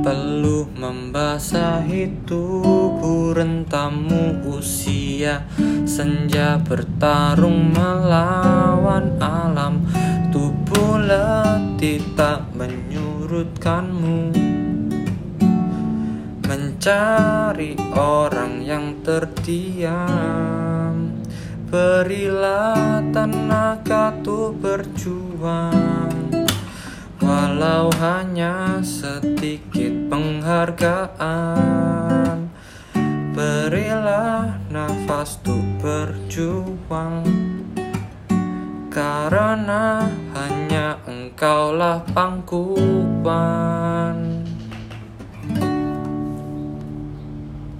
peluh membasahi tubuh rentamu usia. Senja bertarung melawan alam, tubuh letih tak menyurutkanmu. Mencari orang yang terdiam, berilah tenaga tuh berjuang. Walau hanya sedikit penghargaan, berilah nafas tuh berjuang. Karena hanya engkaulah pangkuan.